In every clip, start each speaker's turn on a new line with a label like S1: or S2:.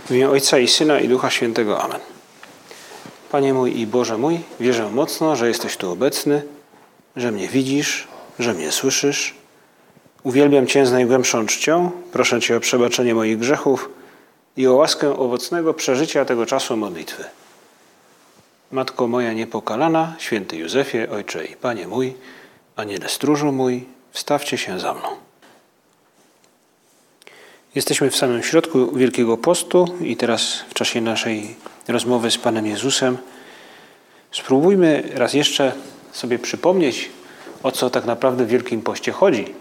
S1: W imię Ojca i Syna i Ducha Świętego. Amen. Panie mój i Boże mój, wierzę mocno, że jesteś tu obecny, że mnie widzisz, że mnie słyszysz. Uwielbiam Cię z najgłębszą czcią. Proszę Cię o przebaczenie moich grzechów i o łaskę owocnego przeżycia tego czasu modlitwy. Matko moja niepokalana, święty Józefie, Ojcze i Panie mój, Aniele stróżu mój, wstawcie się za mną. Jesteśmy w samym środku Wielkiego Postu i teraz w czasie naszej rozmowy z Panem Jezusem spróbujmy raz jeszcze sobie przypomnieć, o co tak naprawdę w Wielkim Poście chodzi.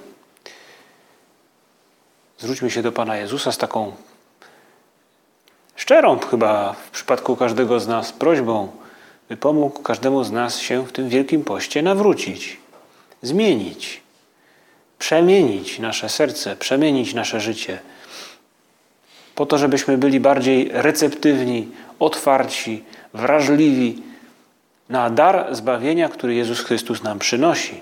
S1: Zwróćmy się do Pana Jezusa z taką szczerą chyba w przypadku każdego z nas prośbą, by pomógł każdemu z nas się w tym Wielkim Poście nawrócić, zmienić, przemienić nasze serce, przemienić nasze życie, po to, żebyśmy byli bardziej receptywni, otwarci, wrażliwi na dar zbawienia, który Jezus Chrystus nam przynosi.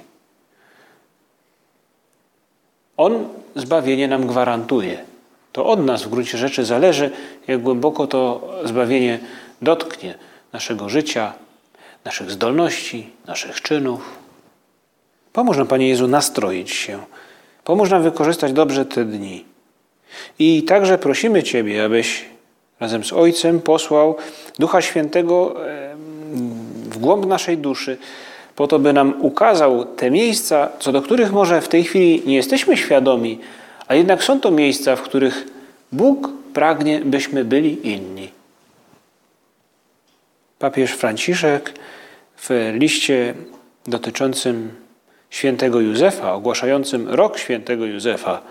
S1: On zbawienie nam gwarantuje. To od nas w gruncie rzeczy zależy, jak głęboko to zbawienie dotknie naszego życia, naszych zdolności, naszych czynów. Pomóż nam, Panie Jezu, nastroić się. Pomóż nam wykorzystać dobrze te dni. I także prosimy Ciebie, abyś razem z Ojcem posłał Ducha Świętego w głąb naszej duszy, po to, by nam ukazał te miejsca, co do których może w tej chwili nie jesteśmy świadomi, a jednak są to miejsca, w których Bóg pragnie, byśmy byli inni. Papież Franciszek w liście dotyczącym świętego Józefa, ogłaszającym rok świętego Józefa,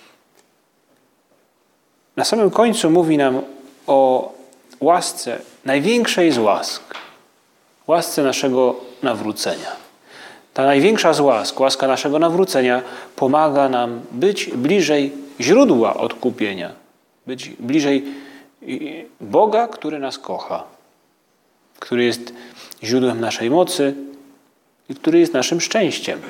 S1: na samym końcu mówi nam o łasce, największej z łask, łasce naszego nawrócenia. Ta największa z łask, łaska naszego nawrócenia, pomaga nam być bliżej źródła odkupienia, być bliżej Boga, który nas kocha, który jest źródłem naszej mocy i który jest naszym szczęściem.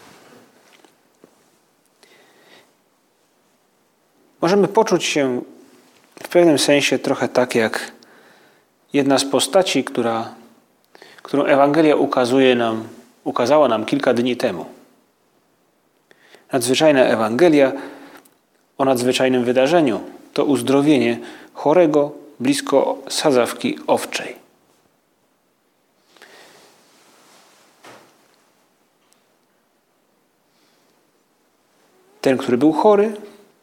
S1: Możemy poczuć się w pewnym sensie trochę tak jak jedna z postaci, którą Ewangelia ukazała nam kilka dni temu. Nadzwyczajna Ewangelia o nadzwyczajnym wydarzeniu to uzdrowienie chorego blisko sadzawki owczej. Ten, który był chory,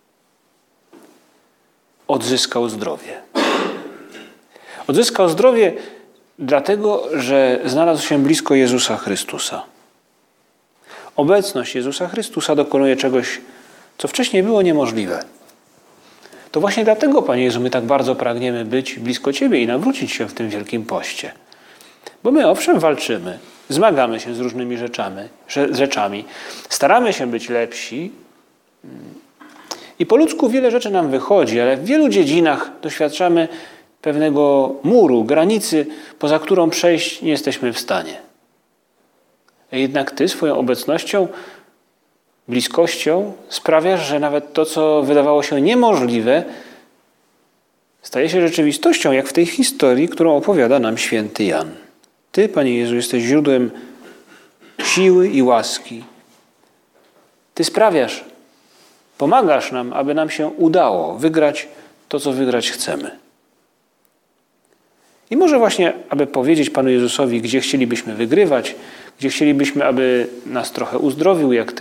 S1: odzyskał zdrowie. Odzyskał zdrowie dlatego, że znalazł się blisko Jezusa Chrystusa. Obecność Jezusa Chrystusa dokonuje czegoś, co wcześniej było niemożliwe. To właśnie dlatego, Panie Jezu, my tak bardzo pragniemy być blisko Ciebie i nawrócić się w tym Wielkim Poście. Bo my owszem walczymy, zmagamy się z różnymi rzeczami, staramy się być lepsi, i po ludzku wiele rzeczy nam wychodzi, ale w wielu dziedzinach doświadczamy pewnego muru, granicy, poza którą przejść nie jesteśmy w stanie. Jednak Ty swoją obecnością, bliskością sprawiasz, że nawet to, co wydawało się niemożliwe, staje się rzeczywistością, jak w tej historii, którą opowiada nam święty Jan. Ty, Panie Jezu, jesteś źródłem siły i łaski. Ty sprawiasz, pomagasz nam, aby nam się udało wygrać to, co wygrać chcemy. I może właśnie, aby powiedzieć Panu Jezusowi, gdzie chcielibyśmy wygrywać, gdzie chcielibyśmy, aby nas trochę uzdrowił, jak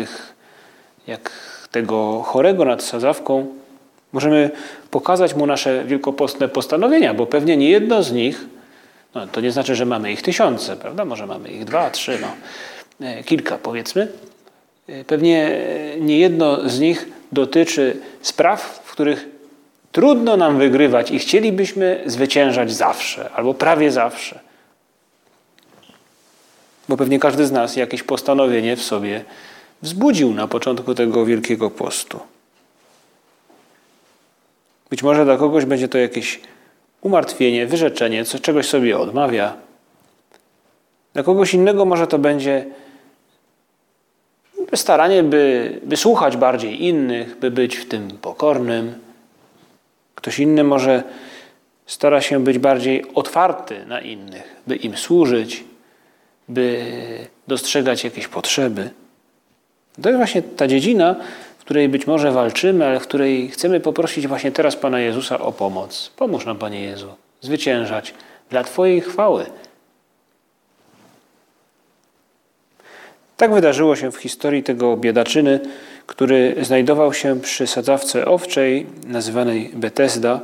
S1: tego chorego nad sadzawką, możemy pokazać Mu nasze wielkopostne postanowienia, bo pewnie nie jedno z nich, to nie znaczy, że mamy ich tysiące, prawda? Może mamy ich 2, 3, kilka powiedzmy. Pewnie nie jedno z nich dotyczy spraw, w których trudno nam wygrywać i chcielibyśmy zwyciężać zawsze albo prawie zawsze. Bo pewnie każdy z nas jakieś postanowienie w sobie wzbudził na początku tego Wielkiego Postu. Być może dla kogoś będzie to jakieś umartwienie, wyrzeczenie, czegoś sobie odmawia. Dla kogoś innego może to będzie staranie, by słuchać bardziej innych, by być w tym pokornym. Ktoś inny może stara się być bardziej otwarty na innych, by im służyć, by dostrzegać jakieś potrzeby. To jest właśnie ta dziedzina, w której być może walczymy, ale w której chcemy poprosić właśnie teraz Pana Jezusa o pomoc. Pomóż nam, Panie Jezu, zwyciężać dla Twojej chwały. Tak wydarzyło się w historii tego biedaczyny, który znajdował się przy sadzawce owczej, nazywanej Betesda.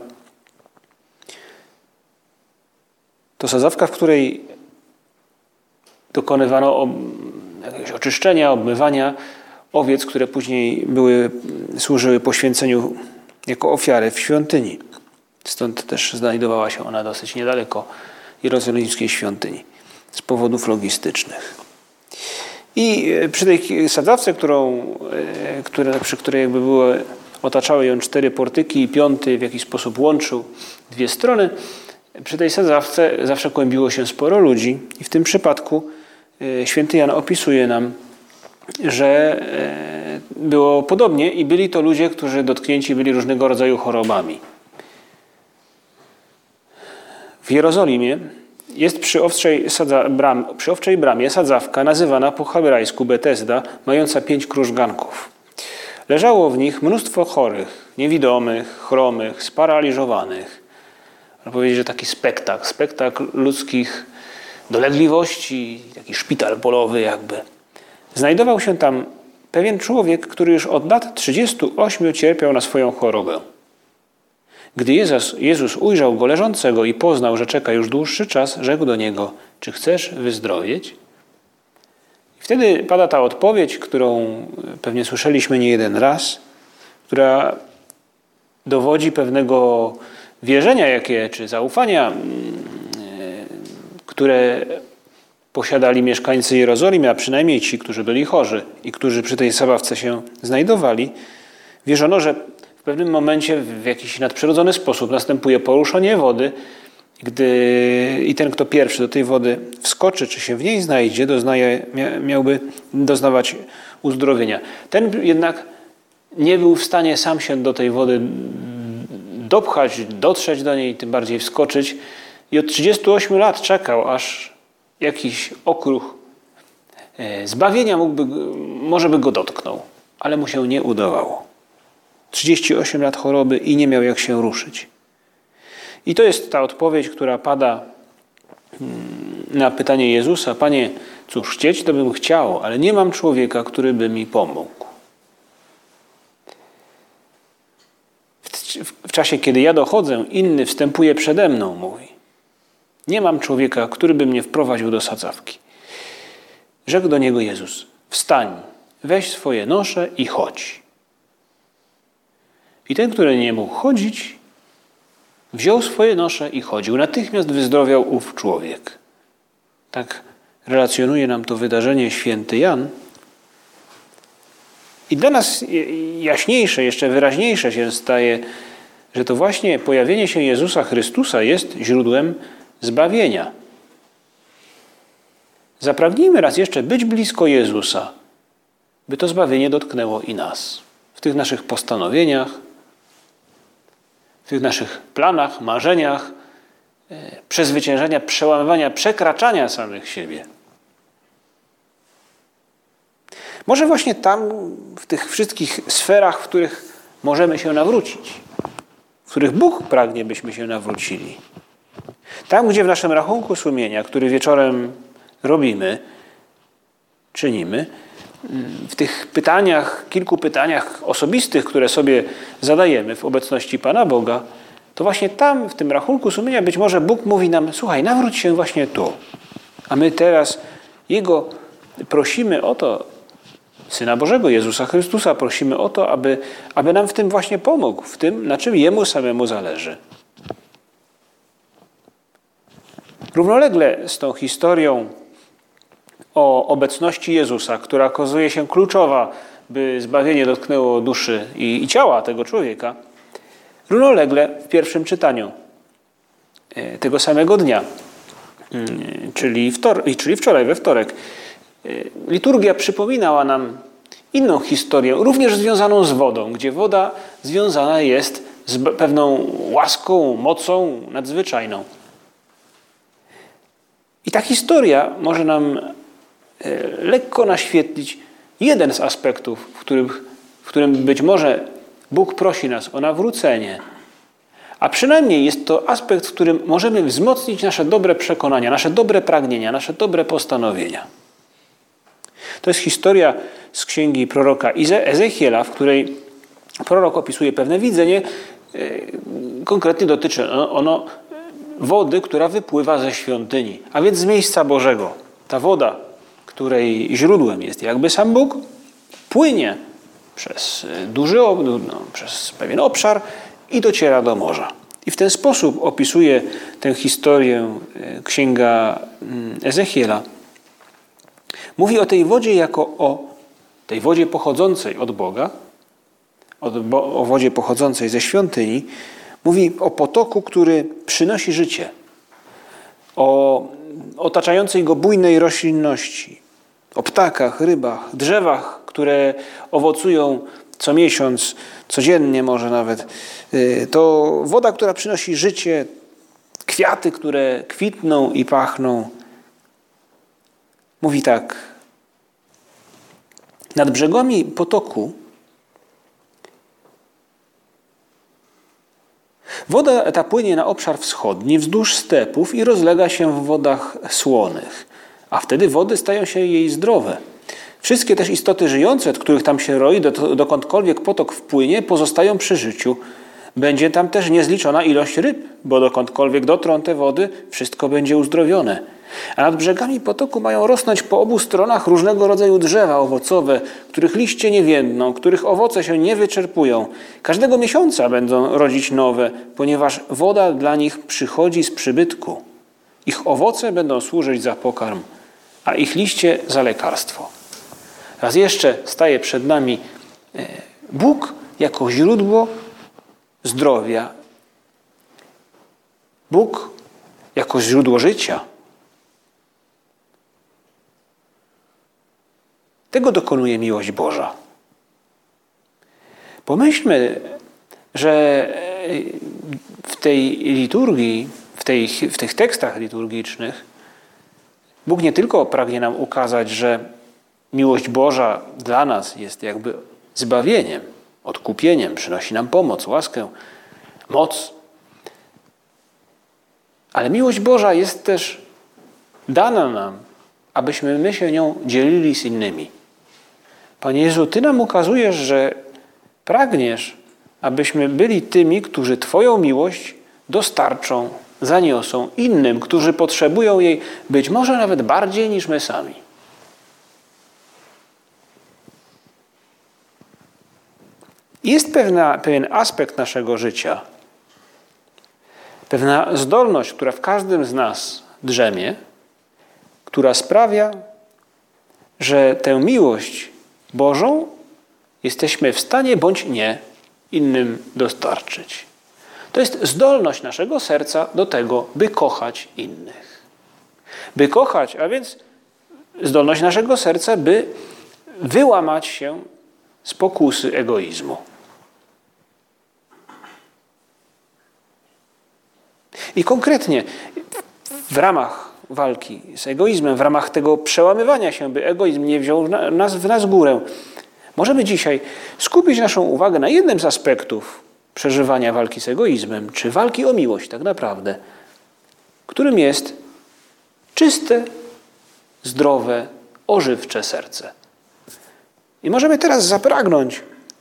S1: To sadzawka, w której dokonywano jakiegoś oczyszczenia, obmywania owiec, które później służyły poświęceniu jako ofiary w świątyni. Stąd też znajdowała się ona dosyć niedaleko jerozolimskiej świątyni z powodów logistycznych. I przy tej sadzawce, przy której otaczały ją 4 portyki i 5 w jakiś sposób łączył 2 strony, przy tej sadzawce zawsze kłębiło się sporo ludzi i w tym przypadku święty Jan opisuje nam, że było podobnie i byli to ludzie, którzy dotknięci byli różnego rodzaju chorobami. W Jerozolimie jest przy owczej bramie sadzawka nazywana po hebrajsku Betesda, mająca 5 krużganków. Leżało w nich mnóstwo chorych, niewidomych, chromych, sparaliżowanych. Można powiedzieć, że taki spektakl ludzkich dolegliwości, taki szpital polowy jakby. Znajdował się tam pewien człowiek, który już od lat 38 cierpiał na swoją chorobę. Gdy Jezus ujrzał go leżącego i poznał, że czeka już dłuższy czas, rzekł do niego: czy chcesz wyzdrowieć? I wtedy pada ta odpowiedź, którą pewnie słyszeliśmy nie jeden raz, która dowodzi pewnego wierzenia, czy zaufania, które posiadali mieszkańcy Jerozolimy, a przynajmniej ci, którzy byli chorzy i którzy przy tej sadzawce się znajdowali. Wierzono, że w pewnym momencie w jakiś nadprzyrodzony sposób następuje poruszenie wody, i ten, kto pierwszy do tej wody wskoczy, czy się w niej znajdzie, miałby doznawać uzdrowienia. Ten jednak nie był w stanie sam się do tej wody dopchać, dotrzeć do niej, tym bardziej wskoczyć. I od 38 lat czekał, aż jakiś okruch zbawienia może by go dotknął, ale mu się nie udawało. 38 lat choroby i nie miał jak się ruszyć. I to jest ta odpowiedź, która pada na pytanie Jezusa: Panie, cóż, chcieć to bym chciał, ale nie mam człowieka, który by mi pomógł. W czasie, kiedy ja dochodzę, inny wstępuje przede mną, mówi. Nie mam człowieka, który by mnie wprowadził do sadzawki. Rzekł do niego Jezus: wstań, weź swoje nosze i chodź. I ten, który nie mógł chodzić, wziął swoje nosze i chodził. Natychmiast wyzdrowiał ów człowiek. Tak relacjonuje nam to wydarzenie święty Jan. I dla nas jaśniejsze, jeszcze wyraźniejsze się staje, że to właśnie pojawienie się Jezusa Chrystusa jest źródłem zbawienia. Zapragnijmy raz jeszcze być blisko Jezusa, by to zbawienie dotknęło i nas. W tych naszych postanowieniach, w tych naszych planach, marzeniach, przezwyciężenia, przełamywania, przekraczania samych siebie. Może właśnie tam, w tych wszystkich sferach, w których możemy się nawrócić, w których Bóg pragnie, byśmy się nawrócili. Tam, gdzie w naszym rachunku sumienia, który wieczorem czynimy, w tych pytaniach, kilku pytaniach osobistych, które sobie zadajemy w obecności Pana Boga, to właśnie tam, w tym rachunku sumienia, być może Bóg mówi nam: słuchaj, nawróć się właśnie tu. A my teraz Jego prosimy o to, Syna Bożego, Jezusa Chrystusa, prosimy o to, aby nam w tym właśnie pomógł, w tym, na czym Jemu samemu zależy. Równolegle z tą historią o obecności Jezusa, która okazuje się kluczowa, by zbawienie dotknęło duszy i ciała tego człowieka, równolegle w pierwszym czytaniu tego samego dnia, czyli wczoraj, we wtorek, liturgia przypominała nam inną historię, również związaną z wodą, gdzie woda związana jest z pewną łaską, mocą nadzwyczajną. I ta historia może nam lekko naświetlić jeden z aspektów, w którym być może Bóg prosi nas o nawrócenie. A przynajmniej jest to aspekt, w którym możemy wzmocnić nasze dobre przekonania, nasze dobre pragnienia, nasze dobre postanowienia. To jest historia z księgi proroka Ezechiela, w której prorok opisuje pewne widzenie. Konkretnie dotyczy ono wody, która wypływa ze świątyni, a więc z miejsca Bożego. Ta woda, której źródłem jest jakby sam Bóg, płynie przez przez pewien obszar i dociera do morza. I w ten sposób opisuje tę historię księga Ezechiela. Mówi o tej wodzie jako o tej wodzie pochodzącej od Boga, o wodzie pochodzącej ze świątyni. Mówi o potoku, który przynosi życie, o otaczającej go bujnej roślinności, o ptakach, rybach, drzewach, które owocują co miesiąc, codziennie może nawet. To woda, która przynosi życie, kwiaty, które kwitną i pachną. Mówi tak: nad brzegami potoku woda ta płynie na obszar wschodni wzdłuż stepów i rozlega się w wodach słonych, a wtedy wody stają się jej zdrowe. Wszystkie też istoty żyjące, od których tam się roi, dokądkolwiek potok wpłynie, pozostają przy życiu. Będzie tam też niezliczona ilość ryb, bo dokądkolwiek dotrą te wody, wszystko będzie uzdrowione. A nad brzegami potoku mają rosnąć po obu stronach różnego rodzaju drzewa owocowe, których liście nie więdną, których owoce się nie wyczerpują. Każdego miesiąca będą rodzić nowe, ponieważ woda dla nich przychodzi z przybytku. Ich owoce będą służyć za pokarm, a ich liście za lekarstwo. Raz jeszcze staje przed nami Bóg jako źródło zdrowia. Bóg jako źródło życia. Tego dokonuje miłość Boża. Pomyślmy, że w tej liturgii, w tych tekstach liturgicznych Bóg nie tylko pragnie nam ukazać, że miłość Boża dla nas jest jakby zbawieniem, odkupieniem, przynosi nam pomoc, łaskę, moc. Ale miłość Boża jest też dana nam, abyśmy my się nią dzielili z innymi. Panie Jezu, Ty nam ukazujesz, że pragniesz, abyśmy byli tymi, którzy Twoją miłość dostarczą, zaniosą innym, którzy potrzebują jej być może nawet bardziej niż my sami. Jest pewien aspekt naszego życia, pewna zdolność, która w każdym z nas drzemie, która sprawia, że tę miłość Bożą jesteśmy w stanie bądź nie innym dostarczyć. To jest zdolność naszego serca do tego, by kochać innych. By kochać, a więc zdolność naszego serca, by wyłamać się z pokusy egoizmu. I konkretnie w ramach walki z egoizmem, w ramach tego przełamywania się, by egoizm nie wziął w nas górę, możemy dzisiaj skupić naszą uwagę na jednym z aspektów przeżywania walki z egoizmem, czy walki o miłość tak naprawdę, którym jest czyste, zdrowe, ożywcze serce. I możemy teraz zapragnąć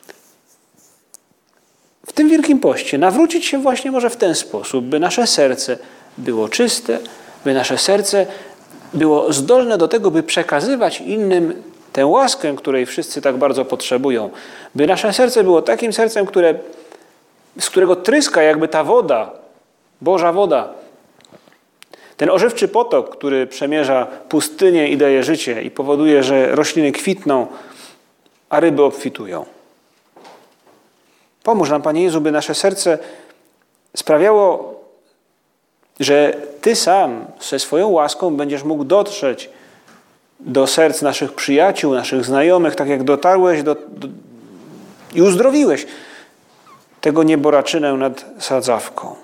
S1: w tym Wielkim Poście nawrócić się właśnie może w ten sposób, by nasze serce było czyste, by nasze serce było zdolne do tego, by przekazywać innym tę łaskę, której wszyscy tak bardzo potrzebują. By nasze serce było takim sercem, z którego tryska jakby ta woda, Boża woda. Ten ożywczy potok, który przemierza pustynię i daje życie i powoduje, że rośliny kwitną, a ryby obfitują. Pomóż nam, Panie Jezu, by nasze serce sprawiało, że Ty sam ze swoją łaską będziesz mógł dotrzeć do serc naszych przyjaciół, naszych znajomych, tak jak dotarłeś i uzdrowiłeś tego nieboraczynę nad sadzawką.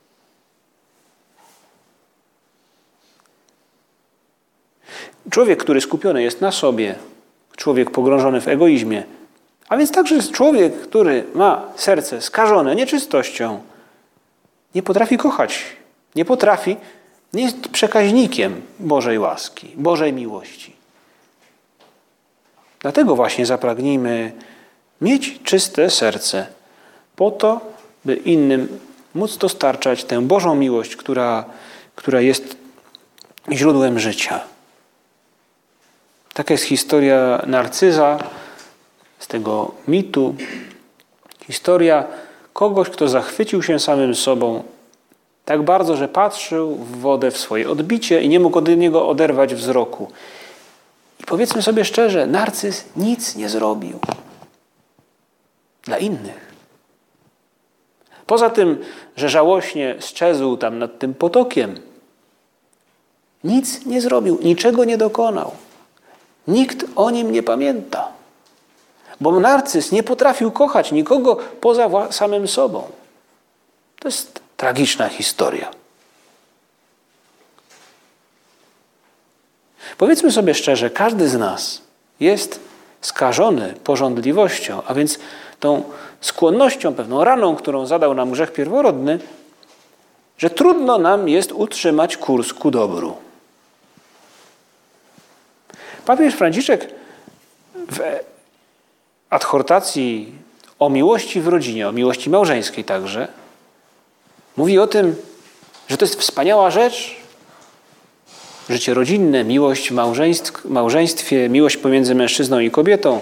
S1: Człowiek, który skupiony jest na sobie, człowiek pogrążony w egoizmie, a więc także człowiek, który ma serce skażone nieczystością, nie potrafi kochać, nie jest przekaźnikiem Bożej łaski, Bożej miłości. Dlatego właśnie zapragnijmy mieć czyste serce, po to, by innym móc dostarczać tę Bożą miłość, która jest źródłem życia. Taka jest historia Narcyza z tego mitu. Historia kogoś, kto zachwycił się samym sobą tak bardzo, że patrzył w wodę, w swoje odbicie i nie mógł od niego oderwać wzroku. I powiedzmy sobie szczerze, Narcyz nic nie zrobił dla innych. Poza tym, że żałośnie sczezł tam nad tym potokiem, nic nie zrobił, niczego nie dokonał. Nikt o nim nie pamięta, bo Narcyz nie potrafił kochać nikogo poza samym sobą. To jest tragiczna historia. Powiedzmy sobie szczerze, każdy z nas jest skażony pożądliwością, a więc tą skłonnością, pewną raną, którą zadał nam grzech pierworodny, że trudno nam jest utrzymać kurs ku dobru. Papież Franciszek w adhortacji o miłości w rodzinie, o miłości małżeńskiej także, mówi o tym, że to jest wspaniała rzecz, życie rodzinne, miłość w małżeństwie, miłość pomiędzy mężczyzną i kobietą.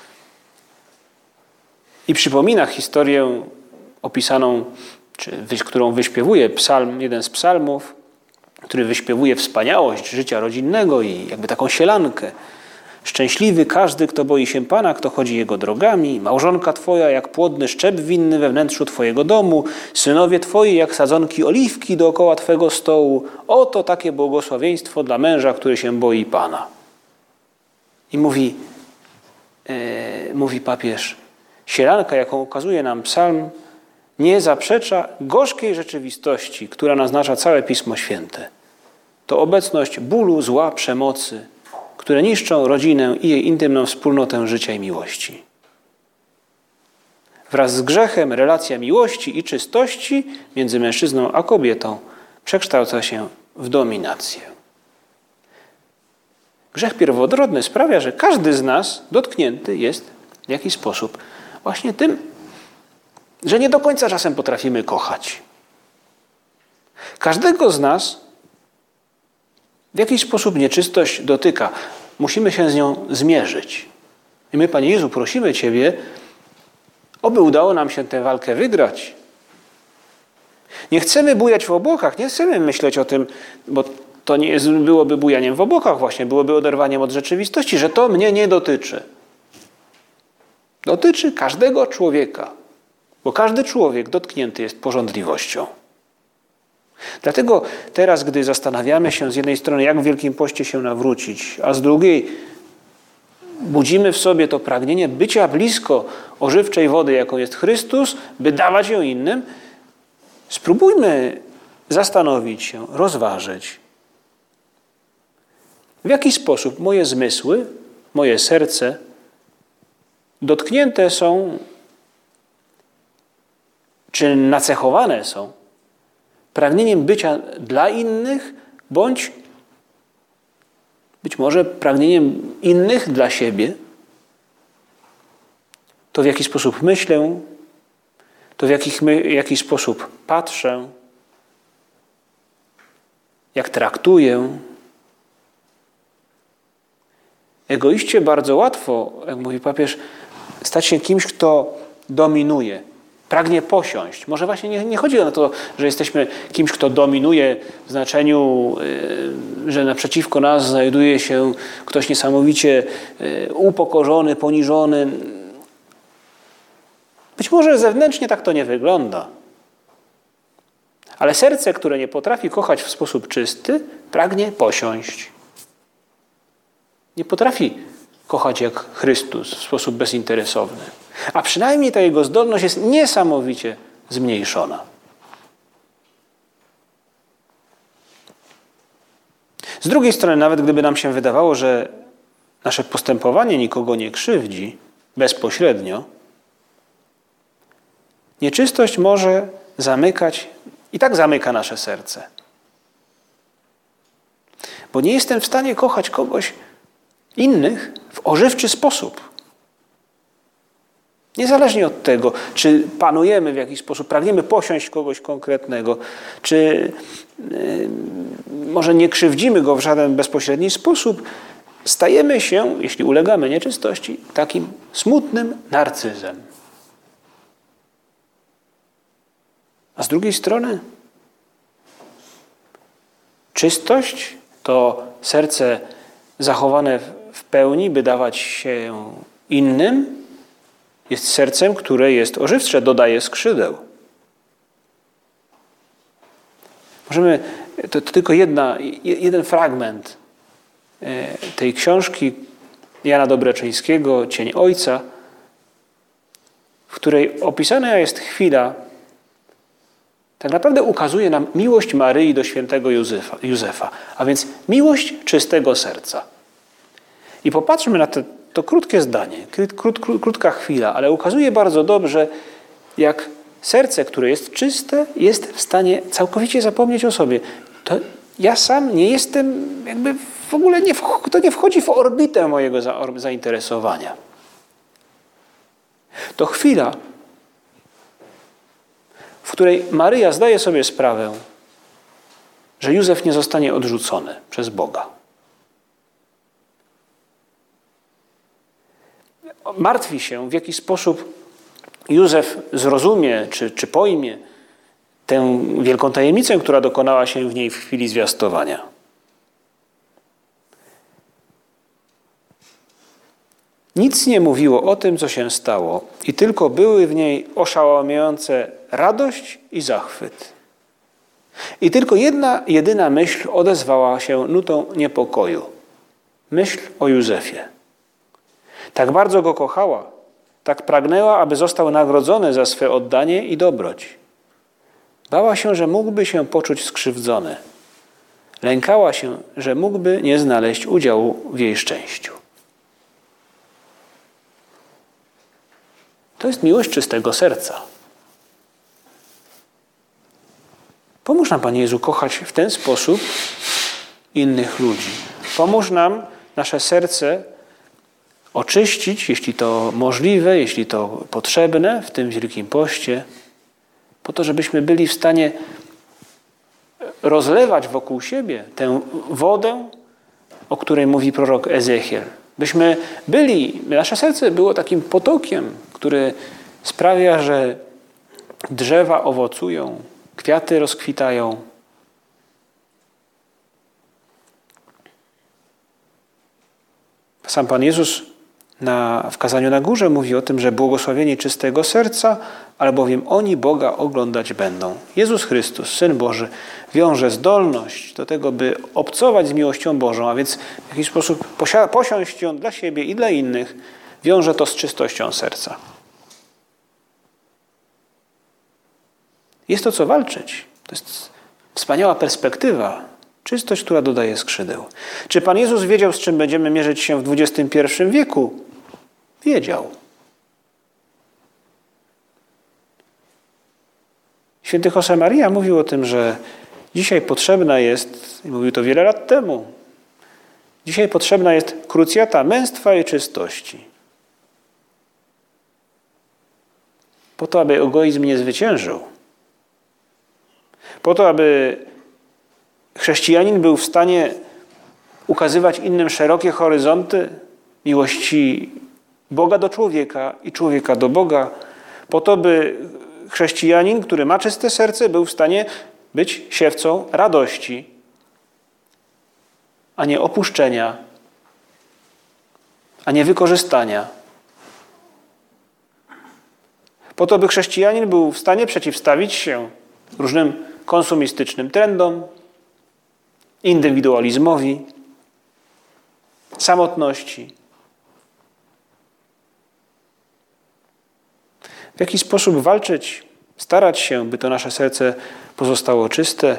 S1: I przypomina historię opisaną, którą wyśpiewuje jeden z psalmów, który wyśpiewuje wspaniałość życia rodzinnego i jakby taką sielankę. Szczęśliwy każdy, kto boi się Pana, kto chodzi Jego drogami. Małżonka Twoja jak płodny szczep winny we wnętrzu Twojego domu. Synowie Twoi jak sadzonki oliwki dookoła Twego stołu. Oto takie błogosławieństwo dla męża, który się boi Pana. I mówi papież, sielanka, jaką ukazuje nam psalm, nie zaprzecza gorzkiej rzeczywistości, która naznacza całe Pismo Święte. To obecność bólu, zła, przemocy, które niszczą rodzinę i jej intymną wspólnotę życia i miłości. Wraz z grzechem relacja miłości i czystości między mężczyzną a kobietą przekształca się w dominację. Grzech pierworodny sprawia, że każdy z nas dotknięty jest w jakiś sposób właśnie tym, że nie do końca czasem potrafimy kochać. Każdego z nas w jakiś sposób nieczystość dotyka. Musimy się z nią zmierzyć. I my, Panie Jezu, prosimy Ciebie, oby udało nam się tę walkę wygrać. Nie chcemy bujać w obłokach, nie chcemy myśleć o tym, bo to nie byłoby bujaniem w obłokach właśnie, byłoby oderwaniem od rzeczywistości, że to mnie nie dotyczy. Dotyczy każdego człowieka, bo każdy człowiek dotknięty jest pożądliwością. Dlatego teraz, gdy zastanawiamy się z jednej strony, jak w Wielkim Poście się nawrócić, a z drugiej budzimy w sobie to pragnienie bycia blisko ożywczej wody, jaką jest Chrystus, by dawać ją innym, spróbujmy zastanowić się, rozważyć, w jaki sposób moje zmysły, moje serce dotknięte są, czy nacechowane są pragnieniem bycia dla innych, bądź być może pragnieniem innych dla siebie. To w jaki sposób myślę, to w jaki sposób patrzę, jak traktuję. Egoiście bardzo łatwo, jak mówi papież, stać się kimś, kto dominuje, pragnie posiąść. Może właśnie nie chodzi o to, że jesteśmy kimś, kto dominuje w znaczeniu, że naprzeciwko nas znajduje się ktoś niesamowicie upokorzony, poniżony. Być może zewnętrznie tak to nie wygląda. Ale serce, które nie potrafi kochać w sposób czysty, pragnie posiąść. Nie potrafi kochać jak Chrystus w sposób bezinteresowny. A przynajmniej ta jego zdolność jest niesamowicie zmniejszona. Z drugiej strony, nawet gdyby nam się wydawało, że nasze postępowanie nikogo nie krzywdzi bezpośrednio, nieczystość może zamykać, i tak zamyka nasze serce. Bo nie jestem w stanie kochać kogoś innych w ożywczy sposób. Niezależnie od tego, czy panujemy w jakiś sposób, pragniemy posiąść kogoś konkretnego, czy może nie krzywdzimy go w żaden bezpośredni sposób, stajemy się, jeśli ulegamy nieczystości, takim smutnym narcyzem. A z drugiej strony czystość to serce zachowane w pełni, by dawać się innym, jest sercem, które jest ożywcze, dodaje skrzydeł. Możemy, to tylko jeden fragment tej książki Jana Dobreczyńskiego, Cień Ojca, w której opisana jest chwila, tak naprawdę ukazuje nam miłość Maryi do świętego Józefa, a więc miłość czystego serca. I popatrzmy na to krótkie zdanie, krótka chwila, ale ukazuje bardzo dobrze, jak serce, które jest czyste, jest w stanie całkowicie zapomnieć o sobie. To ja sam nie jestem, jakby w ogóle to nie wchodzi w orbitę mojego zainteresowania. To chwila, w której Maryja zdaje sobie sprawę, że Józef nie zostanie odrzucony przez Boga. Martwi się, w jaki sposób Józef zrozumie, czy pojmie tę wielką tajemnicę, która dokonała się w niej w chwili zwiastowania. Nic nie mówiło o tym, co się stało, i tylko były w niej oszałamiające radość i zachwyt. I tylko jedna, jedyna myśl odezwała się nutą niepokoju. Myśl o Józefie. Tak bardzo go kochała, tak pragnęła, aby został nagrodzony za swe oddanie i dobroć. Bała się, że mógłby się poczuć skrzywdzony. Lękała się, że mógłby nie znaleźć udziału w jej szczęściu. To jest miłość czystego serca. Pomóż nam, Panie Jezu, kochać w ten sposób innych ludzi. Pomóż nam nasze serce oczyścić, jeśli to możliwe, jeśli to potrzebne w tym Wielkim Poście, po to, żebyśmy byli w stanie rozlewać wokół siebie tę wodę, o której mówi prorok Ezechiel. Byśmy nasze serce było takim potokiem, który sprawia, że drzewa owocują, kwiaty rozkwitają. Sam Pan Jezus w kazaniu na górze mówi o tym, że błogosławieni czystego serca, albowiem oni Boga oglądać będą. Jezus Chrystus, Syn Boży, wiąże zdolność do tego, by obcować z miłością Bożą, a więc w jakiś sposób posiąść ją dla siebie i dla innych, wiąże to z czystością serca. Jest to co walczyć. To jest wspaniała perspektywa. Czystość, która dodaje skrzydeł. Czy Pan Jezus wiedział, z czym będziemy mierzyć się w XXI wieku? Wiedział. Święty Josemaria mówił o tym, że dzisiaj potrzebna jest, i mówił to wiele lat temu, dzisiaj potrzebna jest krucjata męstwa i czystości. Po to, aby egoizm nie zwyciężył. Po to, aby chrześcijanin był w stanie ukazywać innym szerokie horyzonty miłości Boga do człowieka i człowieka do Boga, po to, by chrześcijanin, który ma czyste serce, był w stanie być siewcą radości, a nie opuszczenia, a nie wykorzystania. Po to, by chrześcijanin był w stanie przeciwstawić się różnym konsumistycznym trendom, indywidualizmowi, samotności. jaki sposób walczyć, starać się, by to nasze serce pozostało czyste.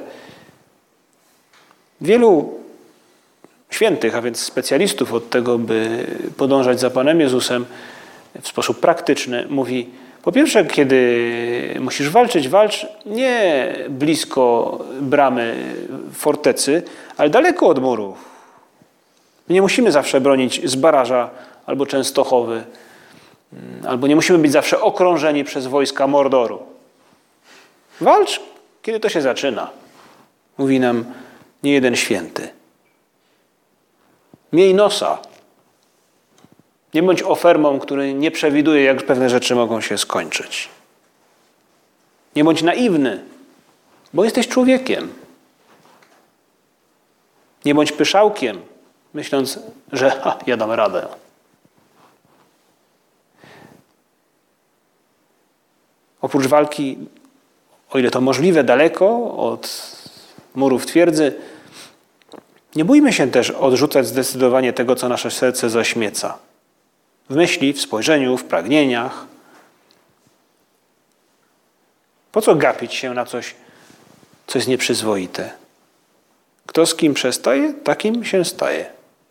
S1: Wielu świętych, a więc specjalistów od tego, by podążać za Panem Jezusem w sposób praktyczny, mówi: po pierwsze, kiedy musisz walczyć, walcz nie blisko bramy fortecy, ale daleko od murów. Nie musimy zawsze bronić z Baraża albo Częstochowy, albo nie musimy być zawsze okrążeni przez wojska Mordoru. Walcz, kiedy to się zaczyna. Mówi nam niejeden święty. Miej nosa. Nie bądź ofermą, który nie przewiduje, jak pewne rzeczy mogą się skończyć. Nie bądź naiwny, bo jesteś człowiekiem. Nie bądź pyszałkiem, myśląc, że ja dam radę. Oprócz walki, o ile to możliwe, daleko od murów twierdzy, nie bójmy się też odrzucać zdecydowanie tego, co nasze serce zaśmieca. W myśli, w spojrzeniu, w pragnieniach. Po co gapić się na coś, co jest nieprzyzwoite? Kto z kim przestaje, takim się staje.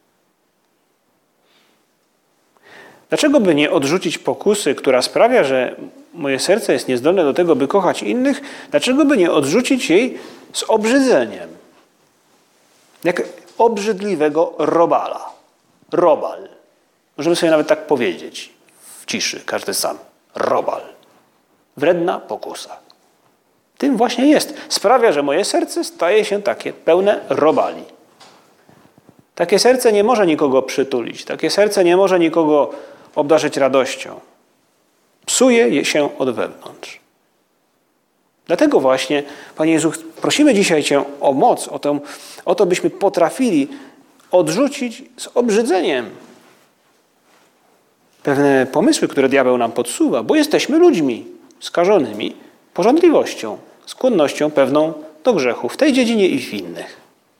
S1: Dlaczego by nie odrzucić pokusy, która sprawia, że moje serce jest niezdolne do tego, by kochać innych? Dlaczego by nie odrzucić jej z obrzydzeniem? Jak obrzydliwego robala. Robal. Możemy sobie nawet tak powiedzieć. W ciszy, każdy sam. Robal. Wredna pokusa. Tym właśnie jest. Sprawia, że moje serce staje się takie pełne robali. Takie serce nie może nikogo przytulić. Takie serce nie może nikogo obdarzyć radością. Psuje się od wewnątrz. Dlatego właśnie, Panie Jezu, prosimy dzisiaj Cię o moc, o to, byśmy potrafili odrzucić z obrzydzeniem pewne pomysły, które diabeł nam podsuwa, bo jesteśmy ludźmi skażonymi pożądliwością, skłonnością pewną do grzechu w tej dziedzinie i w innych.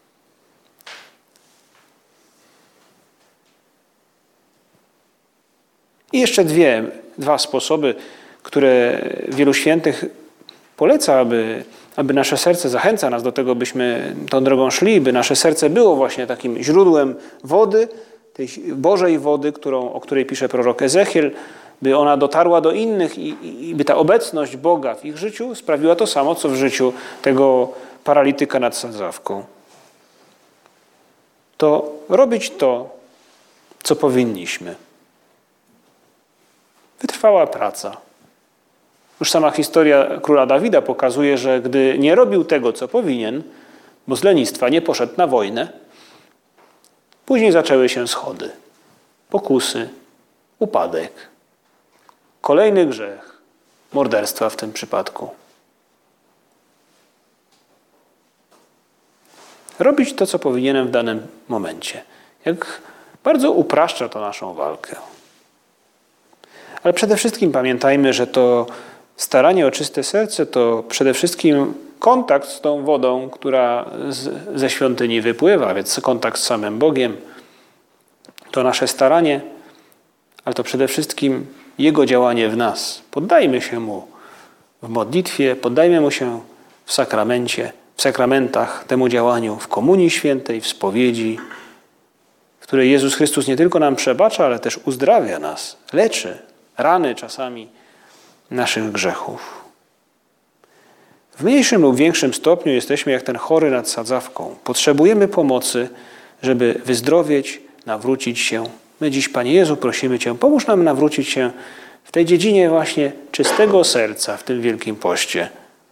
S1: I jeszcze dwa sposoby, które wielu świętych poleca, aby nasze serce, zachęca nas do tego, byśmy tą drogą szli, by nasze serce było właśnie takim źródłem wody, tej Bożej wody, o której pisze prorok Ezechiel, by ona dotarła do innych i by ta obecność Boga w ich życiu sprawiła to samo, co w życiu tego paralityka nad sadzawką. To robić to, co powinniśmy. Wytrwała praca. Już sama historia króla Dawida pokazuje, że gdy nie robił tego, co powinien, bo z lenistwa nie poszedł na wojnę, później zaczęły się schody, pokusy, upadek, kolejny grzech, morderstwa w tym przypadku. Robić to, co powinienem w danym momencie. Jak bardzo upraszcza to naszą walkę. Ale przede wszystkim pamiętajmy, że to staranie o czyste serce to przede wszystkim kontakt z tą wodą, która ze świątyni wypływa, więc kontakt z samym Bogiem. To nasze staranie, ale to przede wszystkim Jego działanie w nas. Poddajmy się Mu w modlitwie, poddajmy Mu się w sakramencie, w sakramentach temu działaniu, w Komunii Świętej, w spowiedzi, w której Jezus Chrystus nie tylko nam przebacza, ale też uzdrawia nas, leczy rany czasami naszych grzechów. W mniejszym lub większym stopniu jesteśmy jak ten chory nad sadzawką. Potrzebujemy pomocy, żeby wyzdrowieć, nawrócić się. My dziś, Panie Jezu, prosimy Cię, pomóż nam nawrócić się w tej dziedzinie właśnie czystego serca w tym Wielkim Poście.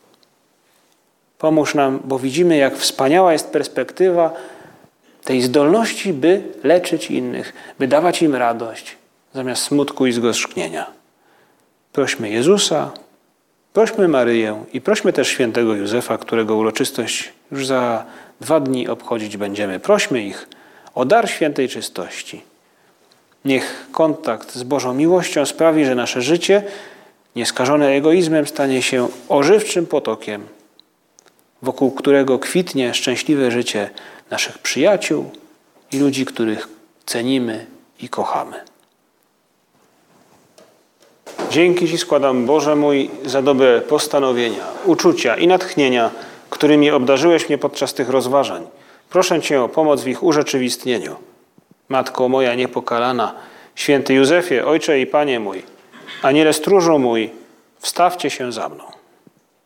S1: Pomóż nam, bo widzimy, jak wspaniała jest perspektywa tej zdolności, by leczyć innych, by dawać im radość, zamiast smutku i zgorzknienia. Prośmy Jezusa, prośmy Maryję i prośmy też świętego Józefa, którego uroczystość już za 2 dni obchodzić będziemy. Prośmy ich o dar świętej czystości. Niech kontakt z Bożą miłością sprawi, że nasze życie, nieskażone egoizmem, stanie się ożywczym potokiem, wokół którego kwitnie szczęśliwe życie naszych przyjaciół i ludzi, których cenimy i kochamy. Dzięki Ci składam, Boże mój, za dobre postanowienia, uczucia i natchnienia, którymi obdarzyłeś mnie podczas tych rozważań. Proszę Cię o pomoc w ich urzeczywistnieniu. Matko moja niepokalana, święty Józefie, Ojcze i Panie mój, Aniele stróżu mój, wstawcie się za mną.